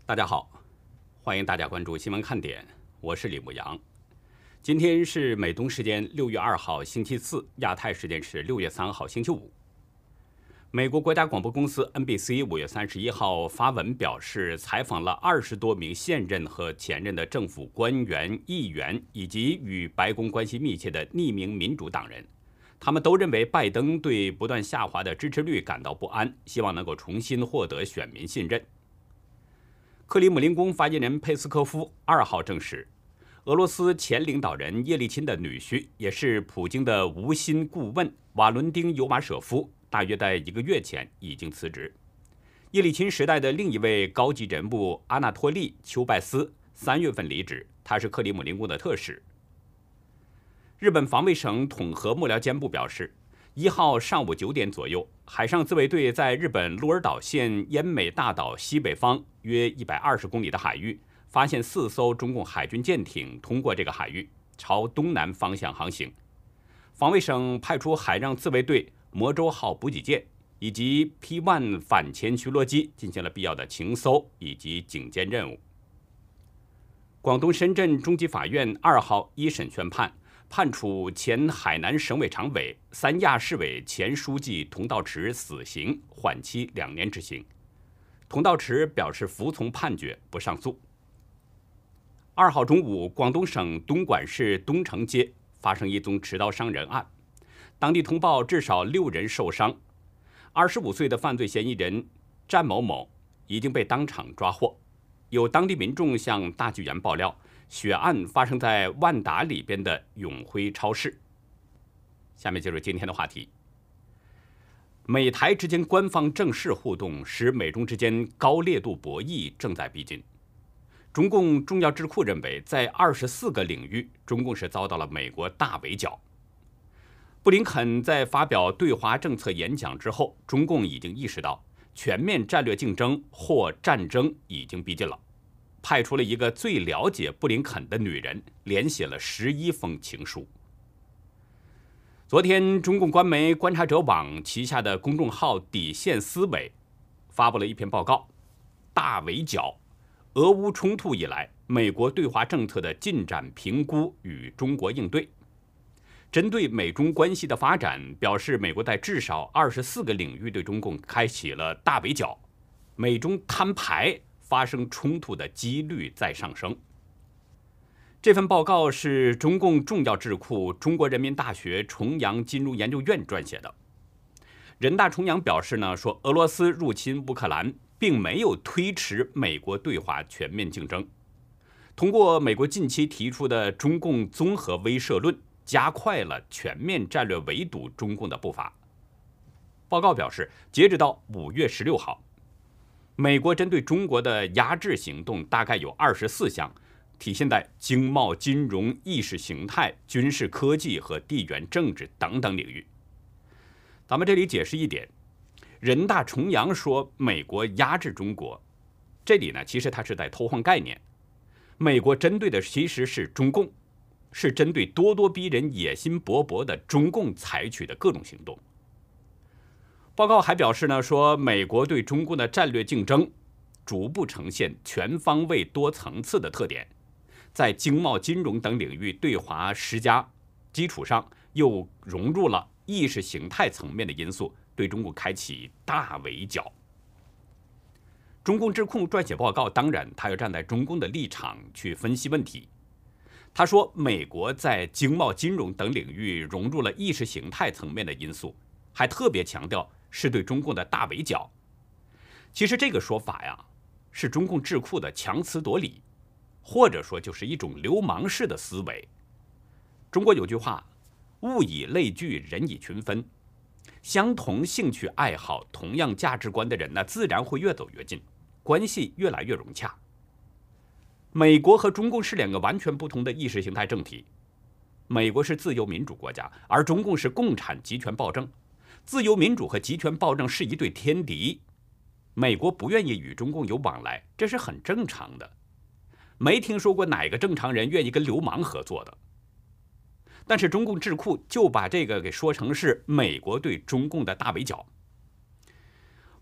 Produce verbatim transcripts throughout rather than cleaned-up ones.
大家好，欢迎大家关注新闻看点，我是李牧阳。今天是美东时间六月二号星期四，亚太时间是六月三号星期五。美国国家广播公司 N B C 五月三十一号发文表示，采访了二十多名现任和前任的政府官员、议员以及与白宫关系密切的匿名民主党人，他们都认为拜登对不断下滑的支持率感到不安，希望能够重新获得选民信任。克里姆林宫发言人佩斯科夫二号证实，俄罗斯前领导人叶利钦的女婿，也是普京的无心顾问瓦伦丁·尤马舍夫，大约在一个月前已经辞职。叶利钦时代的另一位高级人物阿纳托利·丘拜斯三月份离职，他是克里姆林宫的特使。日本防卫省统合幕僚监部表示，一号上午九点左右，海上自卫队在日本鹿儿岛县奄美大岛西北方约一百二十公里的海域，发现四艘中共海军舰艇通过这个海域，朝东南方向航行。防卫省派出海上自卫队魔州号补给舰以及 P 一 反潜巡逻机进行了必要的情搜以及警监任务。广东深圳中级法院二号一审宣判，判处前海南省委常委、三亚市委前书记童道池死刑，缓期两年执行。童道池表示服从判决，不上诉。二号中午，广东省东莞市东城街发生一宗持刀伤人案，当地通报至少六人受伤。二十五岁的犯罪嫌疑人战某某已经被当场抓获。有当地民众向大纪元爆料，血案发生在万达里边的永辉超市。下面进入今天的话题。美台之间官方正式互动，使美中之间高烈度博弈正在逼近。中共重要智库认为，在二十四个领域，中共是遭到了美国大围剿。布林肯在发表对华政策演讲之后，中共已经意识到全面战略竞争或战争已经逼近了，派出了一个最了解布林肯的女人，连写了十一封情书。昨天，中共官媒观察者网旗下的公众号底线思维发布了一篇报告，大围剿：俄乌冲突以来，美国对华政策的进展评估与中国应对。针对美中关系的发展，表示美国在至少二十四个领域对中共开启了大围剿，美中摊牌发生冲突的几率在上升。这份报告是中共重要智库中国人民大学重阳金融研究院撰写的。人大重阳表示呢，说俄罗斯入侵乌克兰并没有推迟美国对华全面竞争，通过美国近期提出的中共综合威慑论，加快了全面战略围堵中共的步伐。报告表示，截止到五月十六号，美国针对中国的压制行动大概有二十四项，体现在经贸、金融、意识形态、军事科技和地缘政治等等领域。咱们这里解释一点，人大重阳说美国压制中国，这里呢其实它是在偷换概念。美国针对的其实是中共，是针对咄咄逼人、野心勃勃的中共采取的各种行动。报告还表示呢，说美国对中共的战略竞争逐步呈现全方位、多层次的特点，在经贸、金融等领域对华施加基础上，又融入了意识形态层面的因素，对中共开启大围剿。中共智库撰写报告，当然他要站在中共的立场去分析问题。他说，美国在经贸、金融等领域融入了意识形态层面的因素，还特别强调是对中共的大围剿。其实这个说法呀，是中共智库的强词夺理，或者说就是一种流氓式的思维。中国有句话，物以类聚，人以群分。相同兴趣爱好、同样价值观的人呢，自然会越走越近，关系越来越融洽。美国和中共是两个完全不同的意识形态政体，美国是自由民主国家，而中共是共产集权暴政。自由民主和集权暴政是一对天敌，美国不愿意与中共有往来，这是很正常的。没听说过哪个正常人愿意跟流氓合作的。但是中共智库就把这个给说成是美国对中共的大围剿。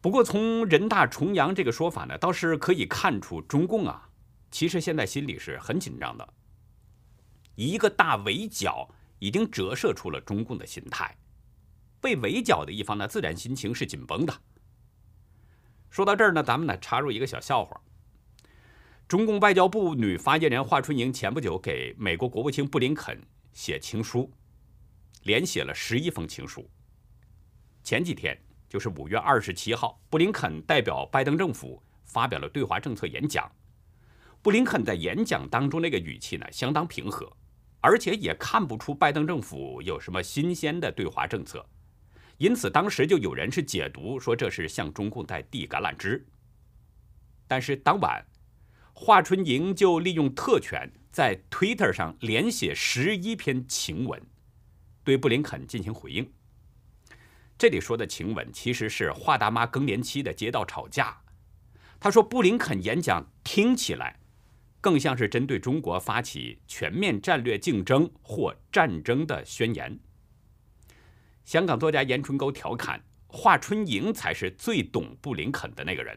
不过从人大重阳这个说法呢，倒是可以看出中共啊，其实现在心里是很紧张的。一个大围剿已经折射出了中共的心态，被围剿的一方呢，自然心情是紧绷的。说到这儿呢，咱们呢插入一个小笑话。中共外交部女发言人华春莹前不久给美国国务卿布林肯写情书，连写了十一封情书。前几天，就是五月二十七号，布林肯代表拜登政府发表了对华政策演讲。布林肯在演讲当中那个语气呢，相当平和，而且也看不出拜登政府有什么新鲜的对华政策，因此当时就有人是解读说这是向中共在递橄榄枝。但是当晚，华春莹就利用特权在 Twitter 上连写十一篇情文，对布林肯进行回应。这里说的情文其实是华大妈更年期的街道吵架。他说布林肯演讲听起来更像是针对中国发起全面战略竞争或战争的宣言。香港作家严春沟调侃，华春莹才是最懂布林肯的那个人。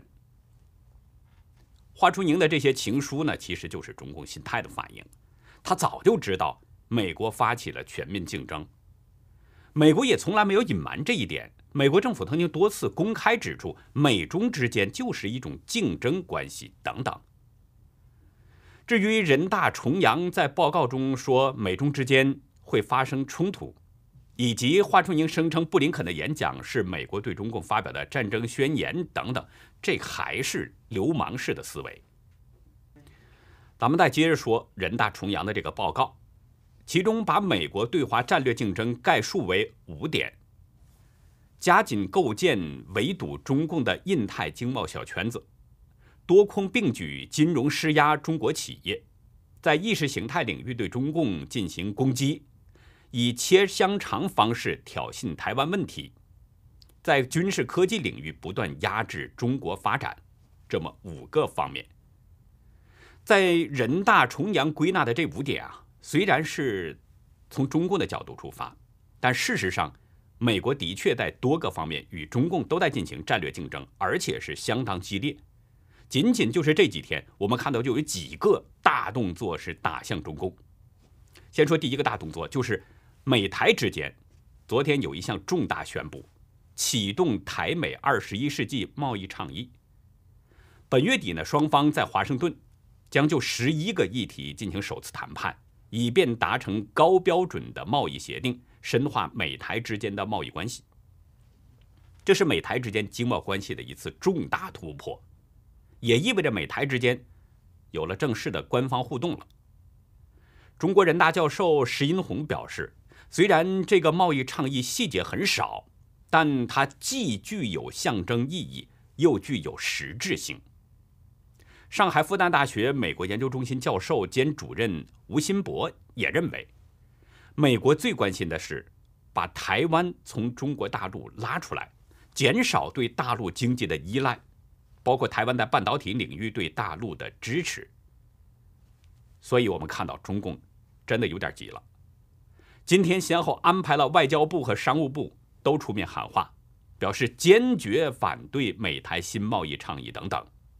华春莹的这些情书呢，其实就是中共心态的反应。他早就知道美国发起了全面竞争，美国也从来没有隐瞒这一点。美国政府曾经多次公开指出，美中之间就是一种竞争关系等等。至于人大重阳在报告中说美中之间会发生冲突，以及华春莹声称布林肯的演讲是美国对中共发表的战争宣言等等，这还是流氓式的思维。咱们再接着说人大重阳的这个报告，其中把美国对华战略竞争概述为五点：加紧构建围堵中共的印太经贸小圈子，多空并举金融施压中国企业，在意识形态领域对中共进行攻击，以切香肠方式挑衅台湾问题，在军事科技领域不断压制中国发展，这么五个方面。在人大重阳归纳的这五点啊，虽然是从中共的角度出发，但事实上美国的确在多个方面与中共都在进行战略竞争，而且是相当激烈。仅仅就是这几天，我们看到就有几个大动作是打向中共。先说第一个大动作，就是美台之间昨天有一项重大宣布，启动台美二十一世纪贸易倡议。本月底呢，双方在华盛顿将就十一个议题进行首次谈判，以便达成高标准的贸易协定，深化美台之间的贸易关系。这是美台之间经贸关系的一次重大突破，也意味着美台之间有了正式的官方互动了。中国人大教授石英红表示，虽然这个贸易倡议细节很少，但它既具有象征意义，又具有实质性。上海复旦大学美国研究中心教授兼主任吴新博也认为，美国最关心的是把台湾从中国大陆拉出来，减少对大陆经济的依赖，包括台湾在半导体领域对大陆的支持。所以我们看到中共真的有点急了，今天先后安排了外交部和商务部都出面喊话，表示坚决反对美台新贸易倡议等等。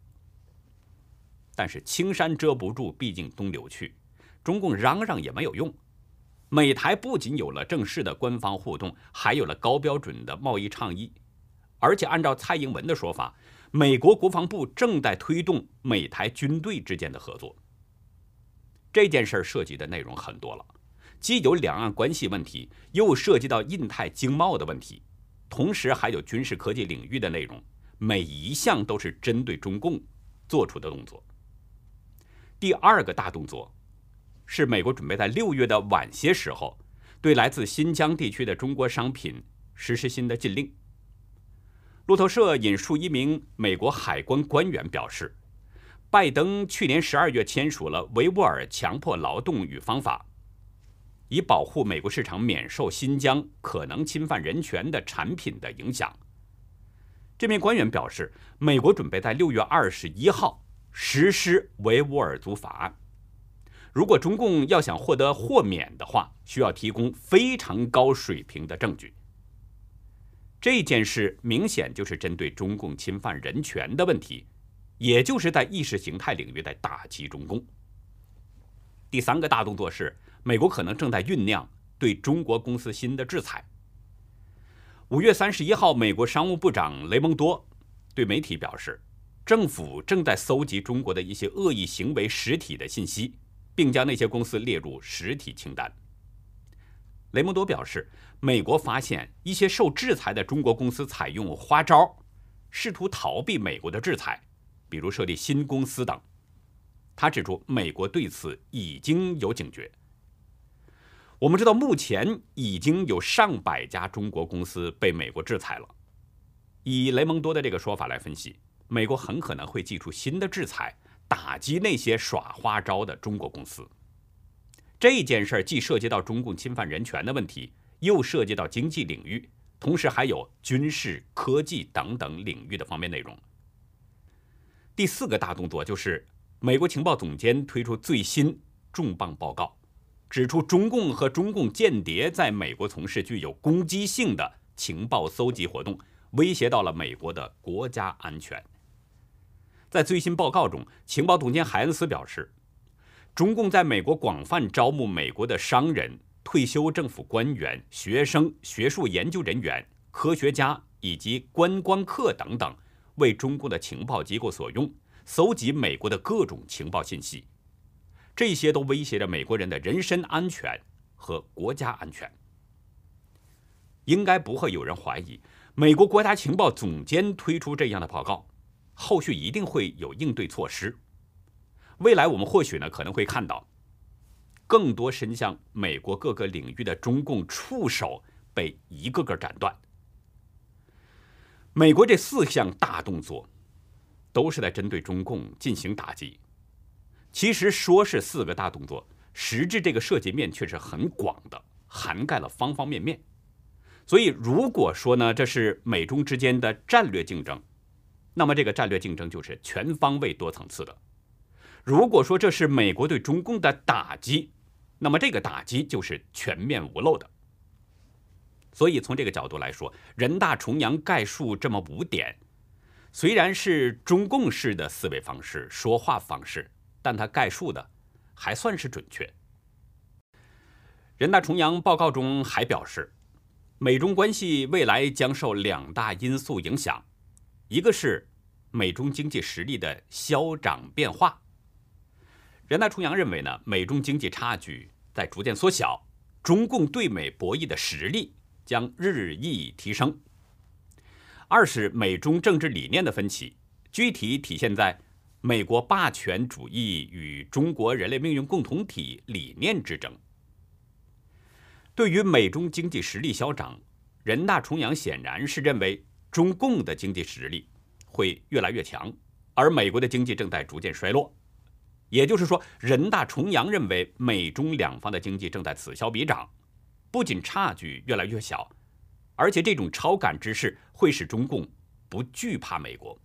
但是青山遮不住，毕竟东流去，中共嚷嚷也没有用。美台不仅有了正式的官方互动，还有了高标准的贸易倡议，而且按照蔡英文的说法，美国国防部正在推动美台军队之间的合作。这件事涉及的内容很多了，既有两岸关系问题，又涉及到印太经贸的问题，同时还有军事科技领域的内容，每一项都是针对中共做出的动作。第二个大动作是美国准备在六月的晚些时候，对来自新疆地区的中国商品实施新的禁令。路透社引述一名美国海关官员表示，拜登去年十二月签署了维吾尔强迫劳动与方法，以保护美国市场免受新疆可能侵犯人权的产品的影响。这名官员表示，美国准备在六月二十一号实施维吾尔族法案。如果中共要想获得豁免的话，需要提供非常高水平的证据。 这件事明显就是针对中共侵犯人权的问题，也就是在意识形态领域在打击中共。第三个大动作是，美国可能正在酝酿对中国公司新的制裁。五月三十一号，美国商务部长雷蒙多对媒体表示，政府正在搜集中国的一些恶意行为实体的信息，并将那些公司列入实体清单。雷蒙多表示，美国发现一些受制裁的中国公司采用花招，试图逃避美国的制裁，比如设立新公司等。他指出，美国对此已经有警觉。我们知道，目前已经有上百家中国公司被美国制裁了。以雷蒙多的这个说法来分析，美国很可能会祭出新的制裁，打击那些耍花招的中国公司。这件事既涉及到中共侵犯人权的问题，又涉及到经济领域，同时还有军事、科技等等领域的方面内容。第四个大动作就是美国情报总监推出最新重磅报告，指出中共和中共间谍在美国从事具有攻击性的情报搜集活动，威胁到了美国的国家安全。在最新报告中，情报总监海恩斯表示，中共在美国广泛招募美国的商人、退休政府官员、学生、学术研究人员、科学家以及观光客等等，为中共的情报机构所用，搜集美国的各种情报信息。这些都威胁着美国人的人身安全和国家安全。应该不会有人怀疑，美国国家情报总监推出这样的报告，后续一定会有应对措施。未来我们或许呢可能会看到更多伸向美国各个领域的中共触手被一个个斩断。美国这四项大动作都是在针对中共进行打击。其实说是四个大动作，实质这个涉及面却是很广的，涵盖了方方面面。所以如果说呢这是美中之间的战略竞争，那么这个战略竞争就是全方位多层次的。如果说这是美国对中共的打击，那么这个打击就是全面无漏的。所以从这个角度来说，人大重阳概述这么五点，虽然是中共式的思维方式、说话方式，但它概述的还算是准确。人大重阳报告中还表示，美中关系未来将受两大因素影响，一个是美中经济实力的消长变化。人大重阳认为呢，美中经济差距在逐渐缩小，中共对美博弈的实力将日益提升。二是美中政治理念的分歧，具体体现在美国霸权主义与中国人类命运共同体理念之争。对于美中经济实力消长，人大重阳显然是认为中共的经济实力会越来越强，而美国的经济正在逐渐衰落。也就是说，人大重阳认为美中两方的经济正在此消彼长，不仅差距越来越小，而且这种超感之势会使中共不惧怕美国。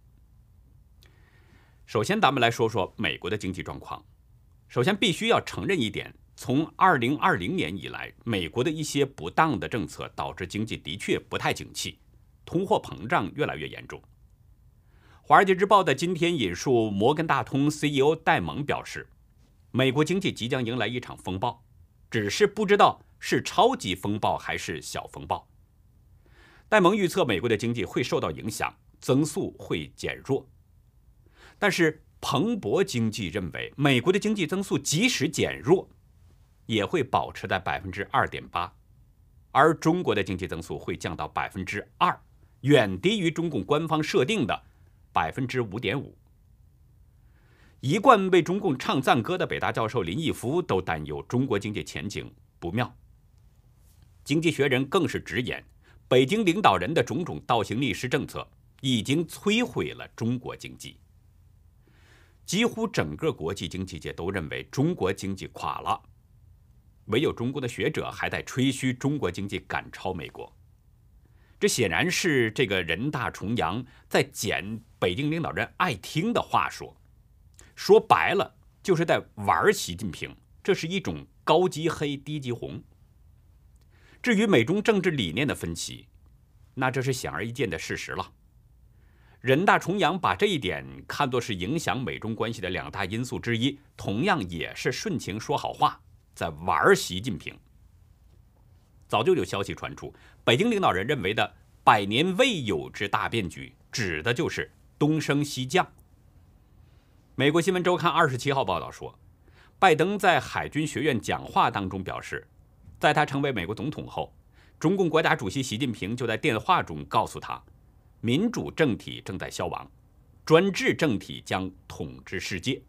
首先咱们来说说美国的经济状况。首先必须要承认一点，从二零二零年以来，美国的一些不当的政策导致经济的确不太景气，通货膨胀越来越严重。华尔街日报在今天引述摩根大通 C E O 戴蒙表示，美国经济即将迎来一场风暴，只是不知道是超级风暴还是小风暴。戴蒙预测美国的经济会受到影响，增速会减弱。但是彭博经济认为，美国的经济增速即使减弱，也会保持在 百分之二点八， 而中国的经济增速会降到 百分之二， 远低于中共官方设定的 百分之五点五。 一贯为中共唱赞歌的北大教授林毅夫都担忧中国经济前景不妙。经济学人更是直言，北京领导人的种种倒行逆施政策已经摧毁了中国经济。几乎整个国际经济界都认为中国经济垮了，唯有中国的学者还在吹嘘中国经济赶超美国。这显然是这个人大重阳在捡北京领导人爱听的话说，说白了就是在玩习近平，这是一种高级黑低级红。至于美中政治理念的分歧， 那这是显而易见的事实了。人大重阳把这一点看作是影响美中关系的两大因素之一，同样也是顺情说好话，在玩习近平。早就有消息传出，北京领导人认为的百年未有之大变局，指的就是东升西降。美国新闻周刊二十七号报道说，拜登在海军学院讲话当中表示，在他成为美国总统后，中共国家主席习近平就在电话中告诉他，民主政体正在消亡，专制政体将统治世界。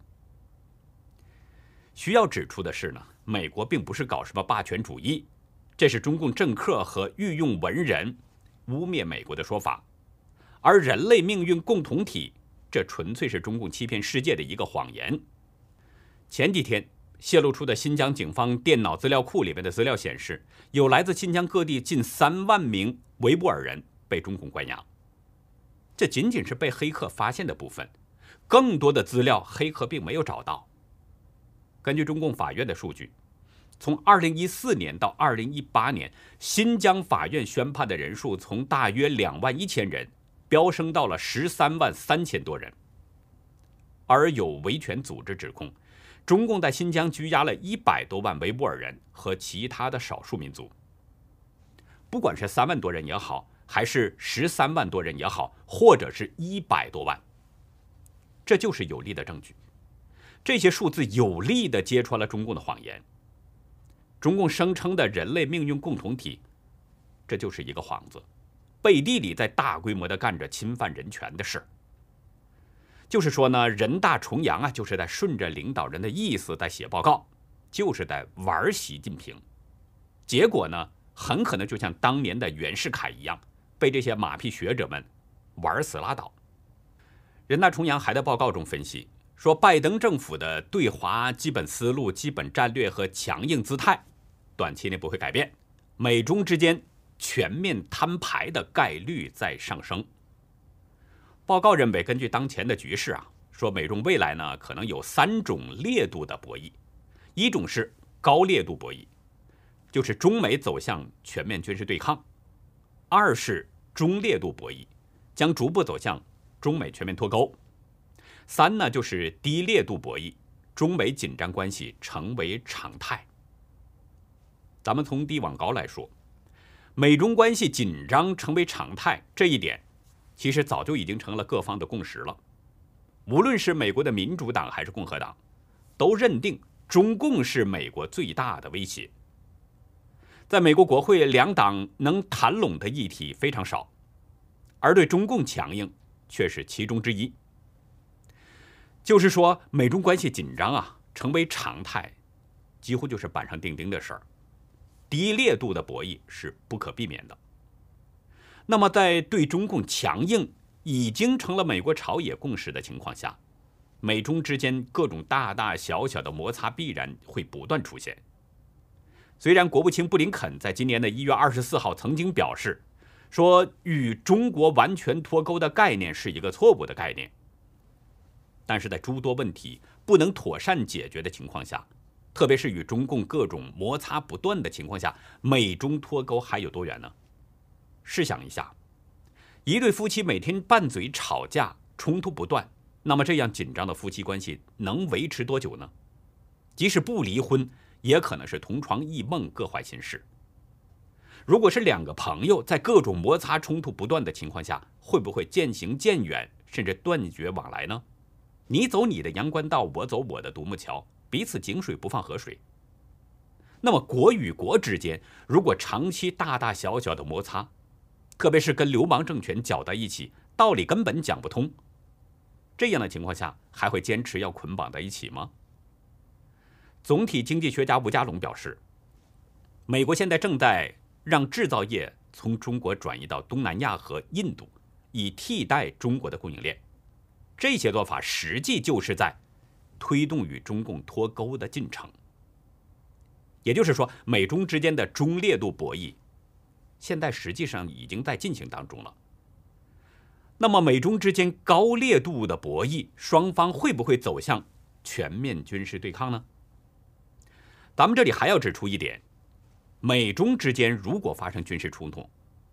需要指出的是呢，美国并不是搞什么霸权主义，这是中共政客和御用文人污蔑美国的说法，而人类命运共同体，这纯粹是中共欺骗世界的一个谎言。前几天泄露出的新疆警方电脑资料库里面的资料显示，有来自新疆各地近三万名维吾尔人被中共关押。这仅仅是被黑客发现的部分，更多的资料黑客并没有找到。根据中共法院的数据，从二零一四年到二零一八年，新疆法院宣判的人数从大约两万一千人飙升到了十三万三千多人。而有维权组织指控，中共在新疆拘押了一百多万维吾尔人和其他的少数民族。不管是三万多人也好，还是十三万多人也好，或者是一百多万，这就是有力的证据。这些数字有力地揭穿了中共的谎言。中共声称的人类命运共同体，这就是一个幌子，背地里在大规模地干着侵犯人权的事。就是说呢，人大重阳啊，就是在顺着领导人的意思在写报告，就是在玩习近平。结果呢，很可能就像当年的袁世凯一样，被这些马屁学者们玩死拉倒。人大重阳还在报告中分析说，拜登政府的对华基本思路、基本战略和强硬姿态，短期内不会改变，美中之间全面摊牌的概率在上升。报告认为，根据当前的局势啊，说美中未来呢可能有三种烈度的博弈，一种是高烈度博弈，就是中美走向全面军事对抗；二是中烈度博弈，将逐步走向中美全面脱钩；三呢就是低烈度博弈，中美紧张关系成为常态。咱们从低往高来说，美中关系紧张成为常态这一点，其实早就已经成了各方的共识了。无论是美国的民主党还是共和党，都认定中共是美国最大的威胁。在美国国会，两党能谈拢的议题非常少，而对中共强硬却是其中之一。就是说，美中关系紧张啊，成为常态，几乎就是板上钉钉的事儿。低烈度的博弈是不可避免的。那么在对中共强硬已经成了美国朝野共识的情况下，美中之间各种大大小小的摩擦必然会不断出现。虽然国务卿布林肯在今年的一月二十四号曾经表示说，与中国完全脱钩的概念是一个错误的概念，但是在诸多问题不能妥善解决的情况下，特别是与中共各种摩擦不断的情况下，美中脱钩还有多远呢？试想一下，一对夫妻每天拌嘴吵架，冲突不断，那么这样紧张的夫妻关系能维持多久呢？即使不离婚，也可能是同床异梦，各怀心事。如果是两个朋友在各种摩擦冲突不断的情况下，会不会渐行渐远，甚至断绝往来呢？你走你的阳关道，我走我的独木桥，彼此井水不犯河水。那么国与国之间如果长期大大小小的摩擦，特别是跟流氓政权搅在一起，道理根本讲不通，这样的情况下还会坚持要捆绑在一起吗？总体经济学家吴家龙表示，美国现在正在让制造业从中国转移到东南亚和印度，以替代中国的供应链。这些做法实际就是在推动与中共脱钩的进程。也就是说，美中之间的中烈度博弈现在实际上已经在进行当中了。那么美中之间高烈度的博弈，双方会不会走向全面军事对抗呢？咱们这里还要指出一点，美中之间如果发生军事冲突，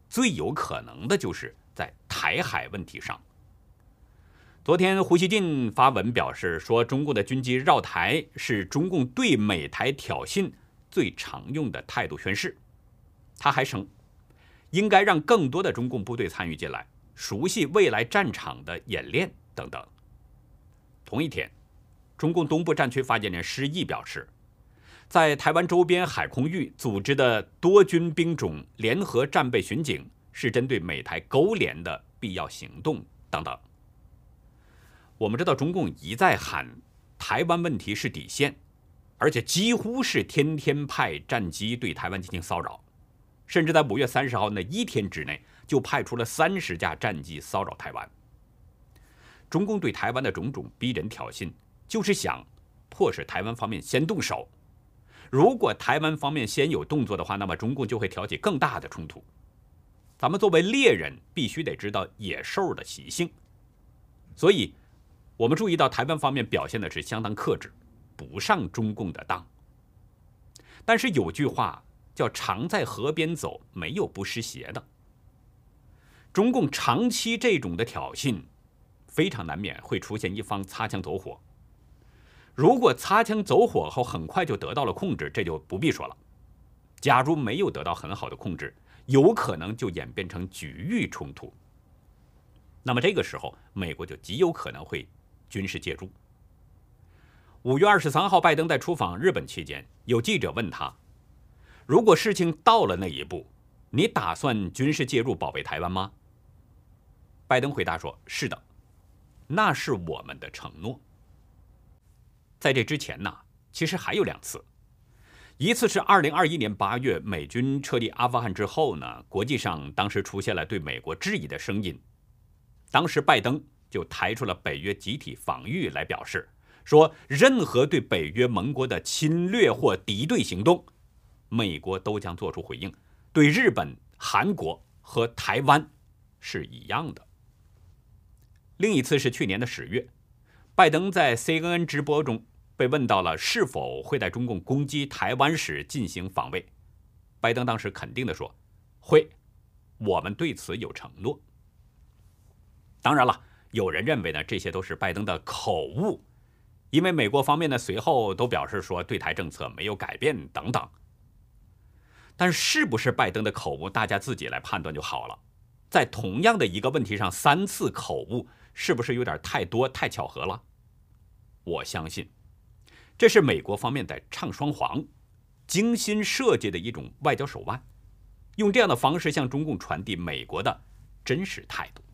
最有可能的就是在台海问题上。昨天胡锡进发文表示说，中共的军机绕台是中共对美台挑衅最常用的态度宣示。他还称，应该让更多的中共部队参与进来，熟悉未来战场的演练等等。同一天，中共东部战区发言人施毅表示，在台湾周边海空域组织的多军兵种联合战备巡警是针对美台勾连的必要行动等等。我们知道中共一再喊台湾问题是底线，而且几乎是天天派战机对台湾进行骚扰，甚至在五月三十号那一天之内就派出了三十架战机骚扰台湾。中共对台湾的种种逼人挑衅，就是想迫使台湾方面先动手。如果台湾方面先有动作的话，那么中共就会挑起更大的冲突。咱们作为猎人，必须得知道野兽的习性，所以我们注意到台湾方面表现的是相当克制，不上中共的当。但是有句话叫常在河边走，没有不湿鞋的。中共长期这种的挑衅，非常难免会出现一方擦枪走火。如果擦枪走火后很快就得到了控制，这就不必说了。假如没有得到很好的控制，有可能就演变成局域冲突。那么这个时候，美国就极有可能会军事介入。五月二十三号，拜登在出访日本期间，有记者问他，如果事情到了那一步，你打算军事介入保卫台湾吗？拜登回答说，是的，那是我们的承诺。在这之前呢，其实还有两次，一次是二零二一年八月美军撤离阿富汗之后呢，国际上当时出现了对美国质疑的声音，当时拜登就抬出了北约集体防御来表示，说任何对北约盟国的侵略或敌对行动，美国都将做出回应，对日本、韩国和台湾是一样的。另一次是去年的十月，拜登在 C N N 直播中被问到了是否会在中共攻击台湾时进行防卫，拜登当时肯定地说，会，我们对此有承诺。当然了，有人认为呢，这些都是拜登的口误，因为美国方面呢随后都表示说对台政策没有改变等等。但是不是拜登的口误，大家自己来判断就好了。在同样的一个问题上三次口误，是不是有点太多太巧合了？我相信这是美国方面在唱双簧，精心设计的一种外交手腕，用这样的方式向中共传递美国的真实态度。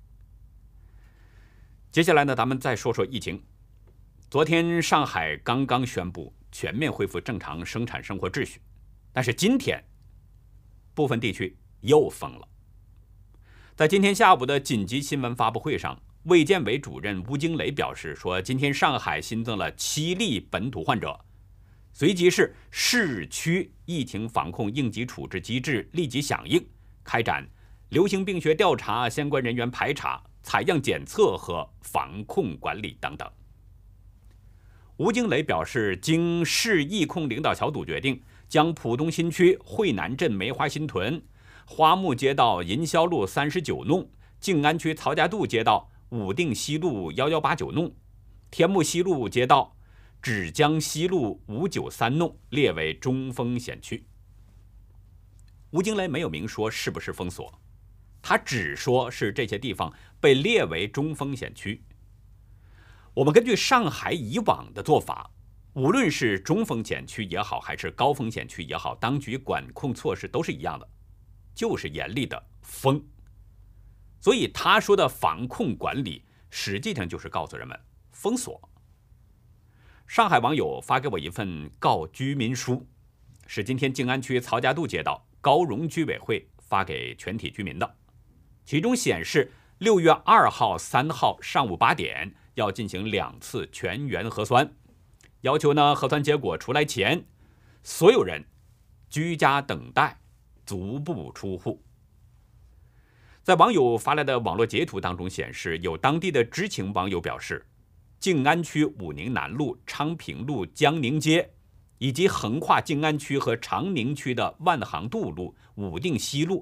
接下来呢，咱们再说说疫情。昨天上海刚刚宣布全面恢复正常生产生活秩序，但是今天部分地区又封了。在今天下午的紧急新闻发布会上，卫健委主任吴京磊表示说，今天上海新增了七例本土患者，随即是市区疫情防控应急处置机制立即响应，开展流行病学调查、相关人员排查、采样检测和防控管理等等。吴京磊表示，经市疫控领导小组决定，将浦东新区惠南镇梅花新屯、花木街道银霄路三十九弄、静安区曹家渡街道武定西路一一八九弄、天目西路街道芷江西路五九三弄列为中风险区。吴京磊没有明说是不是封锁，他只说是这些地方被列为中风险区。我们根据上海以往的做法，无论是中风险区也好，还是高风险区也好，当局管控措施都是一样的，就是严厉的封。所以他说的防控管理，实际上就是告诉人们封锁。上海网友发给我一份告居民书，是今天静安区曹家渡街道高荣居委会发给全体居民的，其中显示六月二号、三号上午八点要进行两次全员核酸，要求呢核酸结果出来前，所有人居家等待，足不出户。在网友发来的网络截图当中显示，有当地的知情网友表示，静安区武宁南路、昌平路、江宁街，以及横跨静安区和长宁区的万航渡路、武定西路，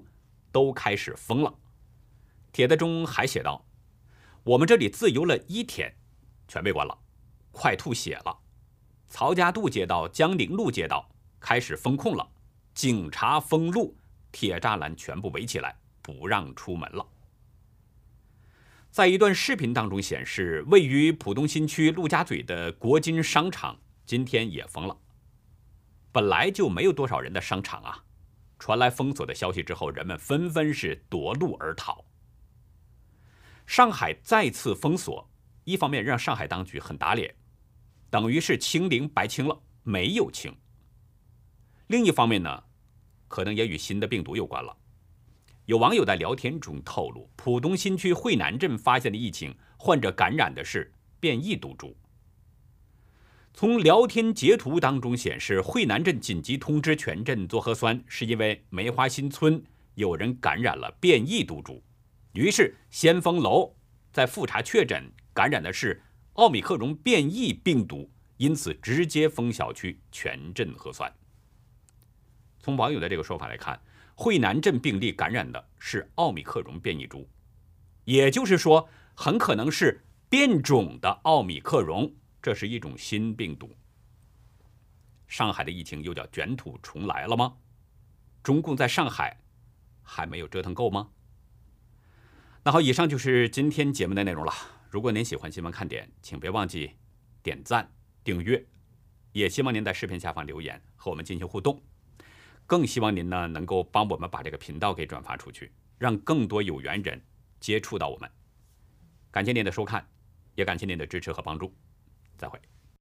都开始封了。帖子中还写道：我们这里自由了一天，全被关了，快吐血了。曹家渡街道、江陵路街道开始封控了，警察封路，铁栅栏全部围起来，不让出门了。在一段视频当中显示，位于浦东新区陆家嘴的国金商场今天也封了。本来就没有多少人的商场啊，传来封锁的消息之后，人们纷纷是夺路而逃。上海再次封锁，一方面让上海当局很打脸，等于是清零白清了，没有清。另一方面呢，可能也与新的病毒有关了。有网友在聊天中透露，浦东新区惠南镇发现的疫情，患者感染的是变异毒株。从聊天截图当中显示，惠南镇紧急通知全镇做核酸，是因为梅花新村有人感染了变异毒株，于是先封楼，再复查确诊感染的是奥密克戎变异病毒，因此直接封小区全镇核酸。从网友的这个说法来看，惠南镇病例感染的是奥密克戎变异株，也就是说，很可能是变种的奥密克戎，这是一种新病毒。上海的疫情又叫卷土重来了吗？中共在上海还没有折腾够吗？那好，以上就是今天节目的内容了。如果您喜欢新闻看点，请别忘记点赞、订阅，也希望您在视频下方留言和我们进行互动。更希望您呢能够帮我们把这个频道给转发出去，让更多有缘人接触到我们。感谢您的收看，也感谢您的支持和帮助。再会。